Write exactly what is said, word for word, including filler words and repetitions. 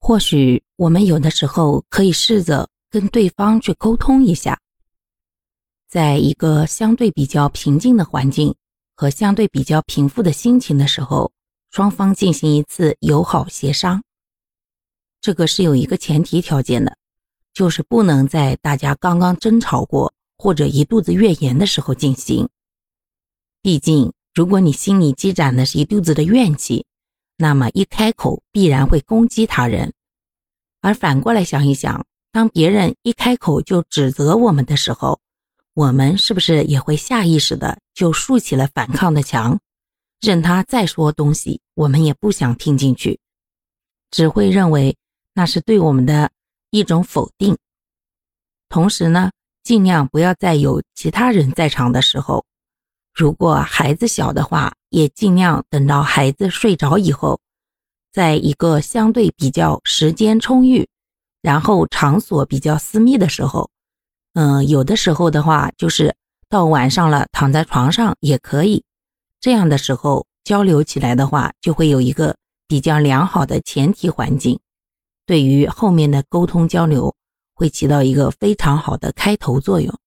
或许我们有的时候可以试着跟对方去沟通一下，在一个相对比较平静的环境和相对比较平复的心情的时候，双方进行一次友好协商。这个是有一个前提条件的，就是不能在大家刚刚争吵过或者一肚子怨言的时候进行。毕竟如果你心里积攒的是一肚子的怨气，那么一开口必然会攻击他人。而反过来想一想，当别人一开口就指责我们的时候，我们是不是也会下意识的就竖起了反抗的墙，任他再说东西，我们也不想听进去，只会认为那是对我们的一种否定。同时呢，尽量不要在有其他人在场的时候，如果孩子小的话，也尽量等到孩子睡着以后，在一个相对比较时间充裕，然后场所比较私密的时候，嗯，有的时候的话就是到晚上了躺在床上也可以，这样的时候交流起来的话就会有一个比较良好的前提环境，对于后面的沟通交流会起到一个非常好的开头作用。